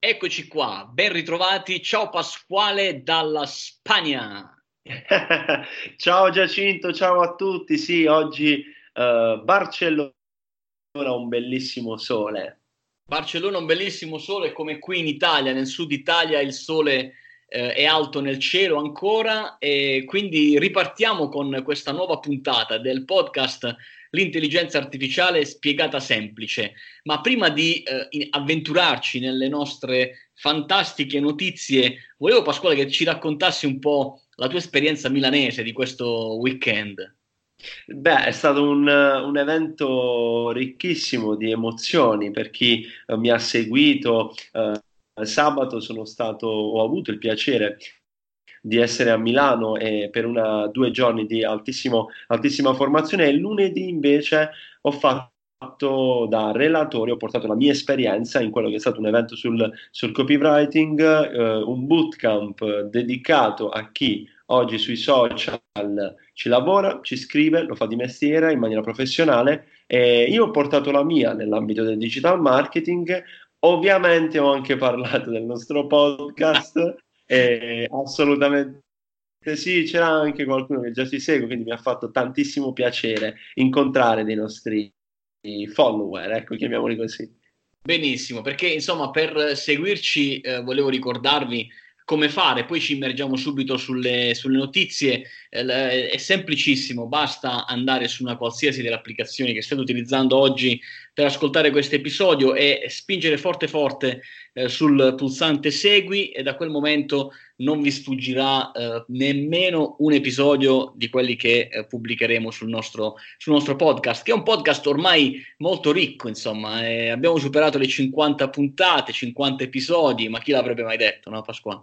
Eccoci qua, ben ritrovati. Ciao Pasquale dalla Spagna. Ciao Giacinto, ciao a tutti. Sì, oggi Barcellona ha un bellissimo sole. Barcellona, un bellissimo sole come qui in Italia, nel sud Italia il sole è alto nel cielo ancora e quindi ripartiamo con questa nuova puntata del podcast L'intelligenza artificiale spiegata semplice. Ma prima di avventurarci nelle nostre fantastiche notizie, volevo Pasquale che ci raccontassi un po' la tua esperienza milanese di questo weekend. Beh, è stato un evento ricchissimo di emozioni per chi mi ha seguito. Sabato ho avuto il piacere di essere a Milano per 2 giorni di altissima formazione e lunedì invece ho fatto da relatore, ho portato la mia esperienza in quello che è stato un evento sul copywriting, un bootcamp dedicato a chi oggi sui social ci lavora, ci scrive, lo fa di mestiere in maniera professionale e io ho portato la mia nell'ambito del digital marketing. Ovviamente ho anche parlato del nostro podcast. Assolutamente sì, c'era anche qualcuno che già ci segue, quindi mi ha fatto tantissimo piacere incontrare dei nostri follower, ecco, chiamiamoli così. Benissimo, perché insomma per seguirci volevo ricordarvi come fare, poi ci immergiamo subito sulle notizie. È semplicissimo, basta andare su una qualsiasi delle applicazioni che state utilizzando oggi per ascoltare questo episodio e spingere forte forte sul pulsante segui e da quel momento non vi sfuggirà nemmeno un episodio di quelli che pubblicheremo sul nostro podcast, che è un podcast ormai molto ricco, insomma, abbiamo superato le 50 puntate, 50 episodi, ma chi l'avrebbe mai detto, no Pasquale?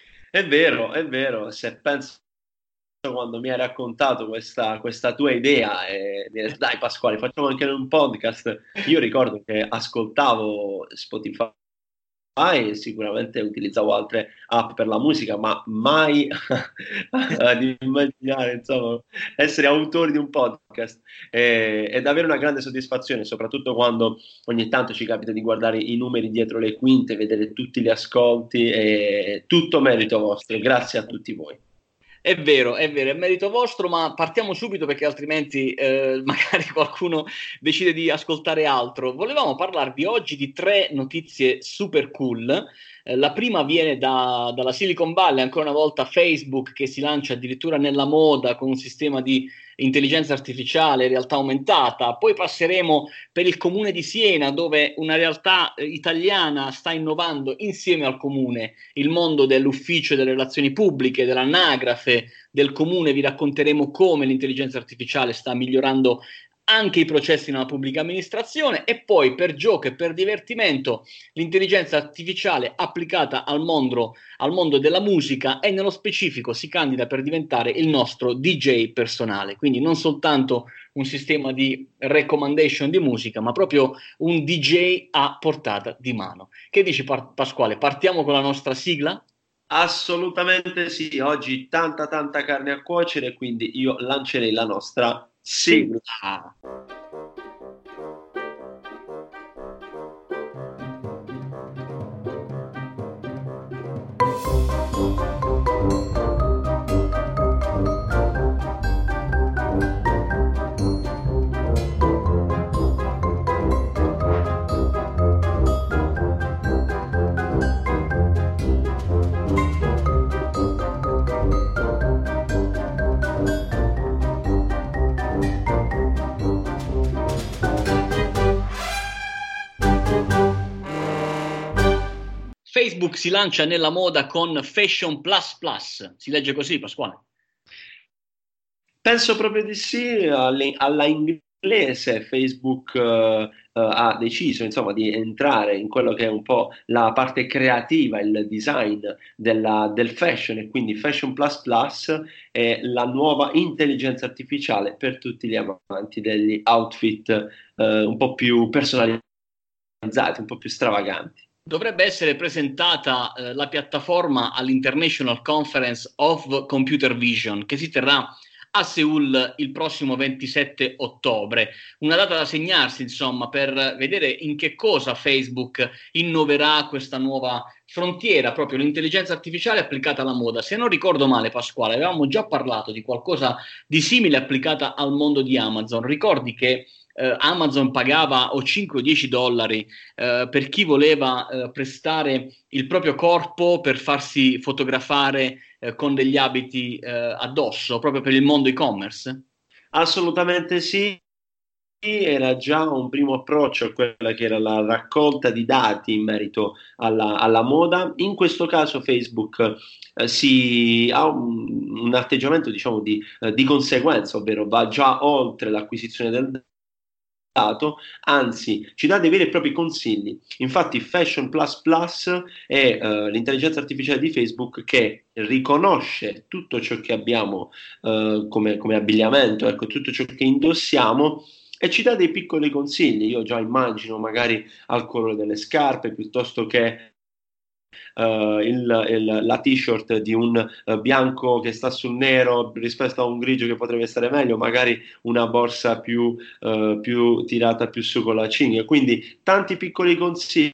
È vero, se penso quando mi hai raccontato questa tua idea e mi hai detto, dai Pasquale, facciamo anche un podcast, io ricordo che ascoltavo Spotify e sicuramente utilizzavo altre app per la musica, ma mai ad immaginare, insomma, essere autori di un podcast. È davvero una grande soddisfazione, soprattutto quando ogni tanto ci capita di guardare i numeri dietro le quinte, vedere tutti gli ascolti, e tutto merito vostro. Grazie a tutti voi. È vero, è merito vostro, ma partiamo subito perché altrimenti magari qualcuno decide di ascoltare altro. Volevamo parlarvi oggi di tre notizie super cool. La prima viene dalla Silicon Valley, ancora una volta Facebook che si lancia addirittura nella moda con un sistema di intelligenza artificiale, realtà aumentata. Poi passeremo per il comune di Siena, dove una realtà italiana sta innovando insieme al comune il mondo dell'ufficio e delle relazioni pubbliche, dell'anagrafe, del comune. Vi racconteremo come l'intelligenza artificiale sta migliorando anche i processi nella pubblica amministrazione e poi per gioco e per divertimento l'intelligenza artificiale applicata al mondo della musica e nello specifico si candida per diventare il nostro DJ personale, quindi non soltanto un sistema di recommendation di musica, ma proprio un DJ a portata di mano. Che dici Pasquale? Partiamo con la nostra sigla? Assolutamente sì, oggi tanta carne a cuocere, quindi io lancerei la nostra sigla. Sigla. Facebook si lancia nella moda con Fashion Plus Plus. Si legge così, Pasquale? Penso proprio di sì, alla inglese Facebook ha deciso insomma di entrare in quello che è un po' la parte creativa, il design del fashion e quindi Fashion Plus Plus è la nuova intelligenza artificiale per tutti gli amanti degli outfit un po' più personalizzati, un po' più stravaganti. Dovrebbe essere presentata la piattaforma all'International Conference of Computer Vision che si terrà a Seul il prossimo 27 ottobre. Una data da segnarsi, insomma, per vedere in che cosa Facebook innoverà questa nuova frontiera, proprio l'intelligenza artificiale applicata alla moda. Se non ricordo male, Pasquale, avevamo già parlato di qualcosa di simile applicata al mondo di Amazon. Ricordi che Amazon pagava o 5 o 10 dollari per chi voleva prestare il proprio corpo per farsi fotografare con degli abiti addosso, proprio per il mondo e-commerce? Assolutamente sì. Era già un primo approccio a quella che era la raccolta di dati in merito alla moda. In questo caso Facebook ha un atteggiamento, diciamo, di conseguenza, ovvero va già oltre l'acquisizione del dato, anzi ci dà dei veri e propri consigli. Infatti Fashion Plus Plus è l'intelligenza artificiale di Facebook che riconosce tutto ciò che abbiamo come abbigliamento, ecco, tutto ciò che indossiamo, e ci dà dei piccoli consigli. Io già immagino magari al colore delle scarpe, piuttosto che la t-shirt di un bianco che sta sul nero rispetto a un grigio che potrebbe stare meglio, magari una borsa più tirata più su con la cinghia. Quindi tanti piccoli consigli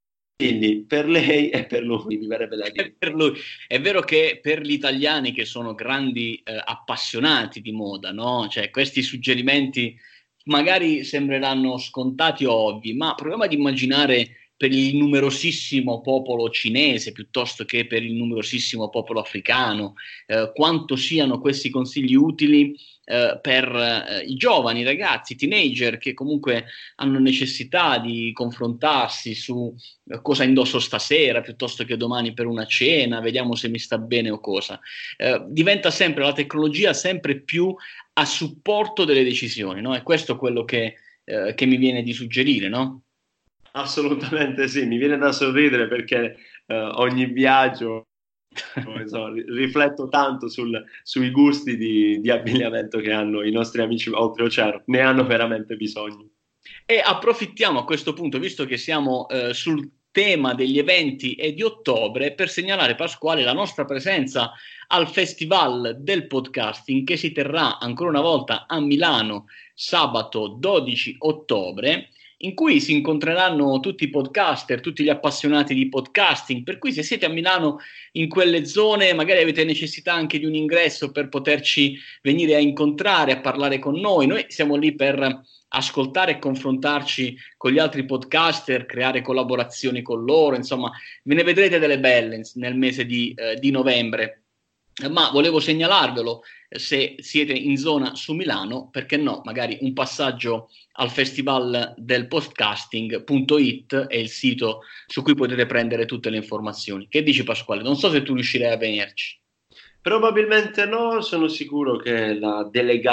per lei e per lui, mi verrebbe da dire. Per lui. È vero che per gli italiani che sono grandi appassionati di moda, no? Cioè, questi suggerimenti magari sembreranno scontati o ovvi, ma proviamo ad immaginare per il numerosissimo popolo cinese piuttosto che per il numerosissimo popolo africano, quanto siano questi consigli utili per i giovani, i ragazzi, i teenager che comunque hanno necessità di confrontarsi su cosa indosso stasera piuttosto che domani per una cena, vediamo se mi sta bene o cosa. Diventa sempre la tecnologia sempre più a supporto delle decisioni, no? E questo è quello che mi viene di suggerire, no? Assolutamente sì, mi viene da sorridere perché ogni viaggio insomma, rifletto tanto sui gusti di abbigliamento che hanno i nostri amici oltreoceano, ne hanno veramente bisogno. E approfittiamo a questo punto, visto che siamo sul tema degli eventi e di ottobre, per segnalare, Pasquale, la nostra presenza al Festival del Podcasting che si terrà ancora una volta a Milano sabato 12 ottobre, in cui si incontreranno tutti i podcaster, tutti gli appassionati di podcasting, per cui se siete a Milano in quelle zone magari avete necessità anche di un ingresso per poterci venire a incontrare, a parlare con noi. Noi siamo lì per ascoltare e confrontarci con gli altri podcaster, creare collaborazioni con loro, insomma, ve ne vedrete delle belle nel mese di novembre. Ma volevo segnalarvelo, se siete in zona su Milano, perché no, magari un passaggio al festival del podcasting.it è il sito su cui potete prendere tutte le informazioni. Che dici, Pasquale? Non so se tu riuscirai a venirci. Probabilmente no, sono sicuro che la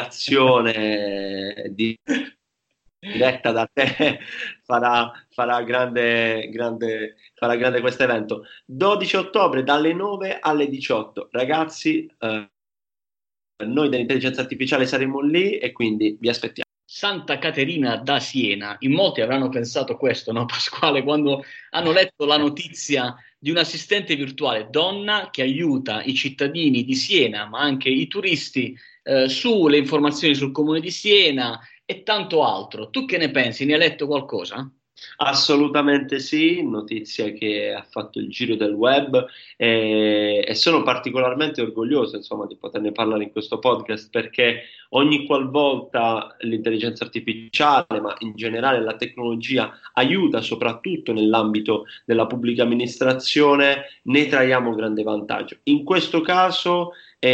delegazione diretta da te farà grande questo evento. 12 ottobre dalle 9 alle 18. Ragazzi, noi dell'intelligenza artificiale saremo lì e quindi vi aspettiamo. Santa Caterina da Siena. In molti avranno pensato questo, no, Pasquale, quando hanno letto la notizia di un assistente virtuale donna che aiuta i cittadini di Siena, ma anche i turisti, sulle informazioni sul comune di Siena e tanto altro. Tu che ne pensi? Ne hai letto qualcosa? Assolutamente sì, notizia che ha fatto il giro del web, e sono particolarmente orgoglioso, insomma, di poterne parlare in questo podcast, perché ogni qualvolta l'intelligenza artificiale, ma in generale la tecnologia, aiuta soprattutto nell'ambito della pubblica amministrazione, ne traiamo grande vantaggio. In questo caso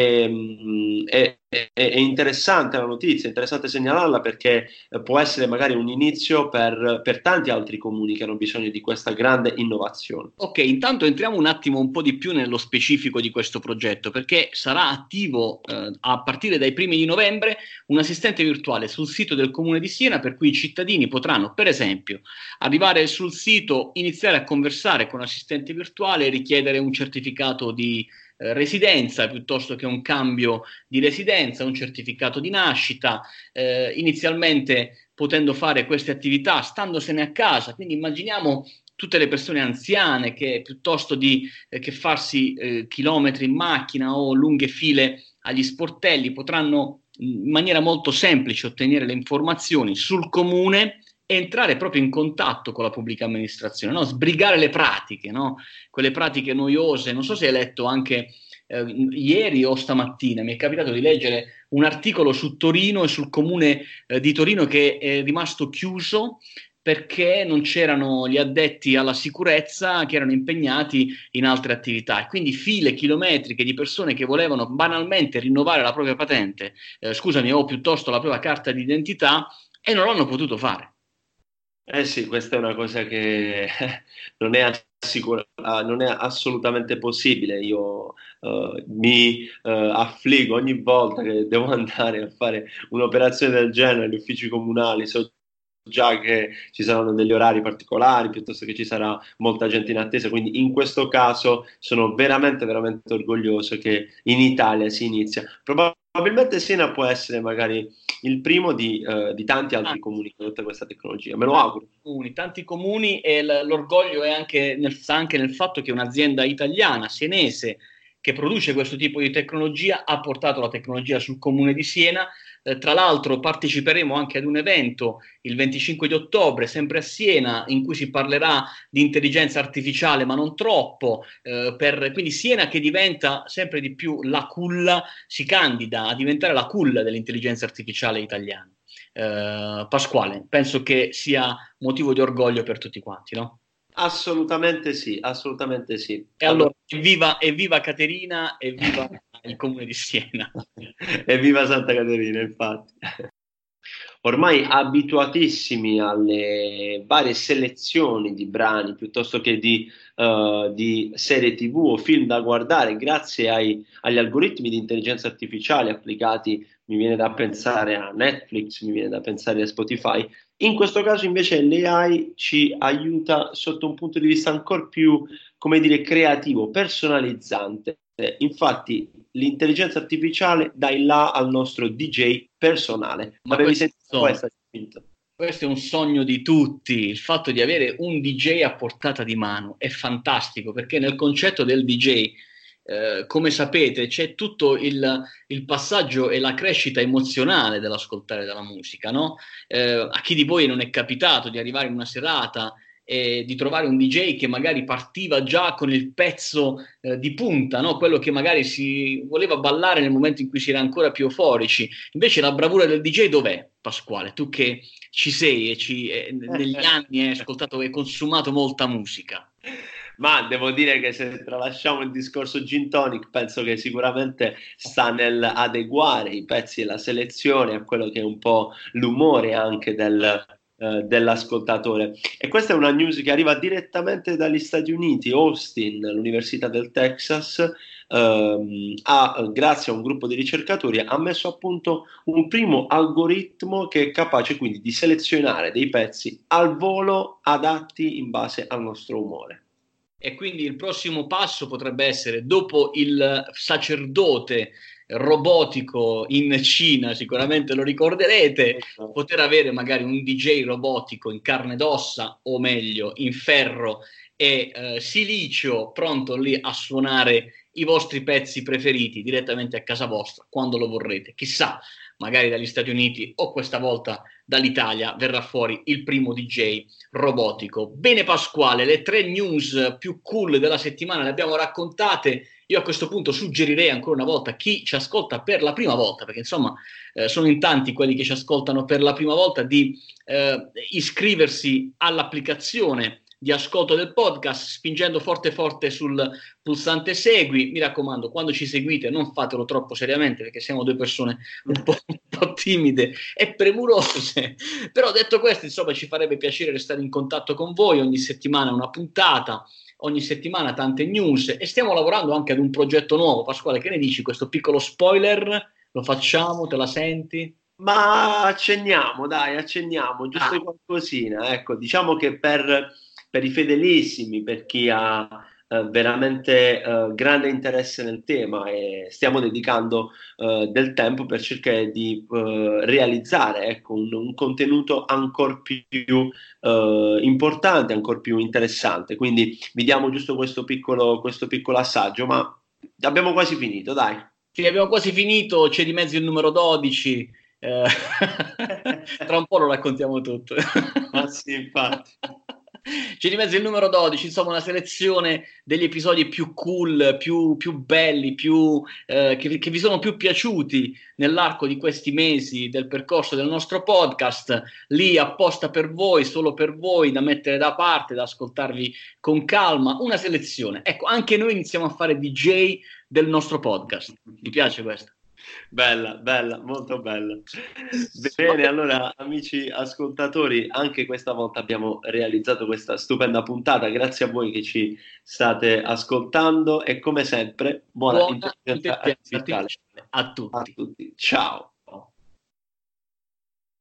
è interessante la notizia, è interessante segnalarla, perché può essere magari un inizio per tanti altri comuni che hanno bisogno di questa grande innovazione. Ok, intanto entriamo un attimo un po' di più nello specifico di questo progetto, perché sarà attivo a partire dai primi di novembre un assistente virtuale sul sito del Comune di Siena, per cui i cittadini potranno, per esempio, arrivare sul sito, iniziare a conversare con l'assistente virtuale, richiedere un certificato di residenza piuttosto che un cambio di residenza, un certificato di nascita, inizialmente potendo fare queste attività standosene a casa. Quindi immaginiamo tutte le persone anziane che piuttosto che farsi chilometri in macchina o lunghe file agli sportelli potranno in maniera molto semplice ottenere le informazioni sul comune e entrare proprio in contatto con la pubblica amministrazione, no? Sbrigare le pratiche, no? Quelle pratiche noiose. Non so se hai letto anche ieri o stamattina, mi è capitato di leggere un articolo su Torino e sul comune di Torino che è rimasto chiuso perché non c'erano gli addetti alla sicurezza che erano impegnati in altre attività, e quindi file chilometriche di persone che volevano banalmente rinnovare la propria patente, o piuttosto la propria carta d'identità, e non l'hanno potuto fare. Eh sì, questa è una cosa che non è, non è assolutamente possibile. Io mi affliggo ogni volta che devo andare a fare un'operazione del genere agli uffici comunali. So già che ci saranno degli orari particolari, piuttosto che ci sarà molta gente in attesa. Quindi in questo caso sono veramente, veramente orgoglioso che in Italia si inizia. Probabilmente Siena può essere magari il primo di tanti altri comuni con tutta questa tecnologia, me lo auguro. Tanti comuni, e l'orgoglio è sta anche nel fatto che un'azienda italiana, senese, che produce questo tipo di tecnologia, ha portato la tecnologia sul comune di Siena. Tra l'altro parteciperemo anche ad un evento il 25 di ottobre, sempre a Siena, in cui si parlerà di intelligenza artificiale, ma non troppo, quindi Siena, che diventa sempre di più la culla, si candida a diventare la culla dell'intelligenza artificiale italiana. Pasquale, penso che sia motivo di orgoglio per tutti quanti, no? Assolutamente sì, assolutamente sì. E allora, evviva Caterina, evviva il comune di Siena. Evviva Santa Caterina, infatti. Ormai abituatissimi alle varie selezioni di brani piuttosto che di serie TV o film da guardare, grazie agli algoritmi di intelligenza artificiale applicati, mi viene da pensare a Netflix, mi viene da pensare a Spotify. In questo caso invece l'AI ci aiuta sotto un punto di vista ancora più, come dire, creativo, personalizzante. Infatti l'intelligenza artificiale dà il là al nostro DJ personale. Ma L'avevi sentito questa? questo è un sogno di tutti, il fatto di avere un DJ a portata di mano è fantastico, perché nel concetto del DJ, come sapete, c'è tutto il passaggio e la crescita emozionale dell'ascoltare della musica, no? A chi di voi non è capitato di arrivare in una serata e di trovare un DJ che magari partiva già con il pezzo di punta, no? Quello che magari si voleva ballare nel momento in cui si era ancora più euforici. Invece la bravura del DJ dov'è, Pasquale? Tu che ci sei e negli anni hai ascoltato e consumato molta musica. Ma devo dire che se tralasciamo il discorso gin tonic, penso che sicuramente sta nell'adeguare i pezzi e la selezione a quello che è un po' l'umore anche dell'ascoltatore. E questa è una news che arriva direttamente dagli Stati Uniti. Austin, l'Università del Texas, grazie a un gruppo di ricercatori, ha messo a punto un primo algoritmo che è capace quindi di selezionare dei pezzi al volo adatti in base al nostro umore. E quindi il prossimo passo potrebbe essere, dopo il sacerdote robotico in Cina, sicuramente lo ricorderete, poter avere magari un DJ robotico in carne ed ossa, o meglio in ferro e silicio, pronto lì a suonare i vostri pezzi preferiti direttamente a casa vostra quando lo vorrete. Chissà, magari dagli Stati Uniti o questa volta dall'Italia verrà fuori il primo DJ robotico. Bene Pasquale, le 3 news più cool della settimana le abbiamo raccontate. Io a questo punto suggerirei ancora una volta a chi ci ascolta per la prima volta, perché insomma sono in tanti quelli che ci ascoltano per la prima volta, di iscriversi all'applicazione di ascolto del podcast spingendo forte forte sul pulsante segui. Mi raccomando, quando ci seguite non fatelo troppo seriamente, perché siamo 2 persone un po' timide e premurose. Però detto questo, insomma, ci farebbe piacere restare in contatto con voi. Ogni settimana una puntata, ogni settimana tante news, e stiamo lavorando anche ad un progetto nuovo. Pasquale, che ne dici? Questo piccolo spoiler lo facciamo? Te la senti? Ma accenniamo, dai, accenniamo, giusto qualcosina. Ecco, diciamo che per i fedelissimi, per chi ha veramente grande interesse nel tema, e stiamo dedicando del tempo per cercare di realizzare, ecco, un contenuto ancora più importante, ancora più interessante. Quindi vi diamo giusto questo piccolo assaggio, ma abbiamo quasi finito, dai. Sì, abbiamo quasi finito, c'è di mezzo il numero 12. Tra un po' lo raccontiamo tutto. Ma sì, infatti. C'è di mezzo il numero 12, insomma, una selezione degli episodi più cool, più belli, che vi sono più piaciuti nell'arco di questi mesi del percorso del nostro podcast, lì apposta per voi, solo per voi, da mettere da parte, da ascoltarvi con calma. Una selezione. Ecco, anche noi iniziamo a fare DJ del nostro podcast. Mi piace questo? Bella, bella, molto bella. Bene, allora amici ascoltatori, anche questa volta abbiamo realizzato questa stupenda puntata. Grazie a voi che ci state ascoltando e come sempre buona Buona intelligenza intelligenza artificiale artificiale a a tutti. tutti. Ciao.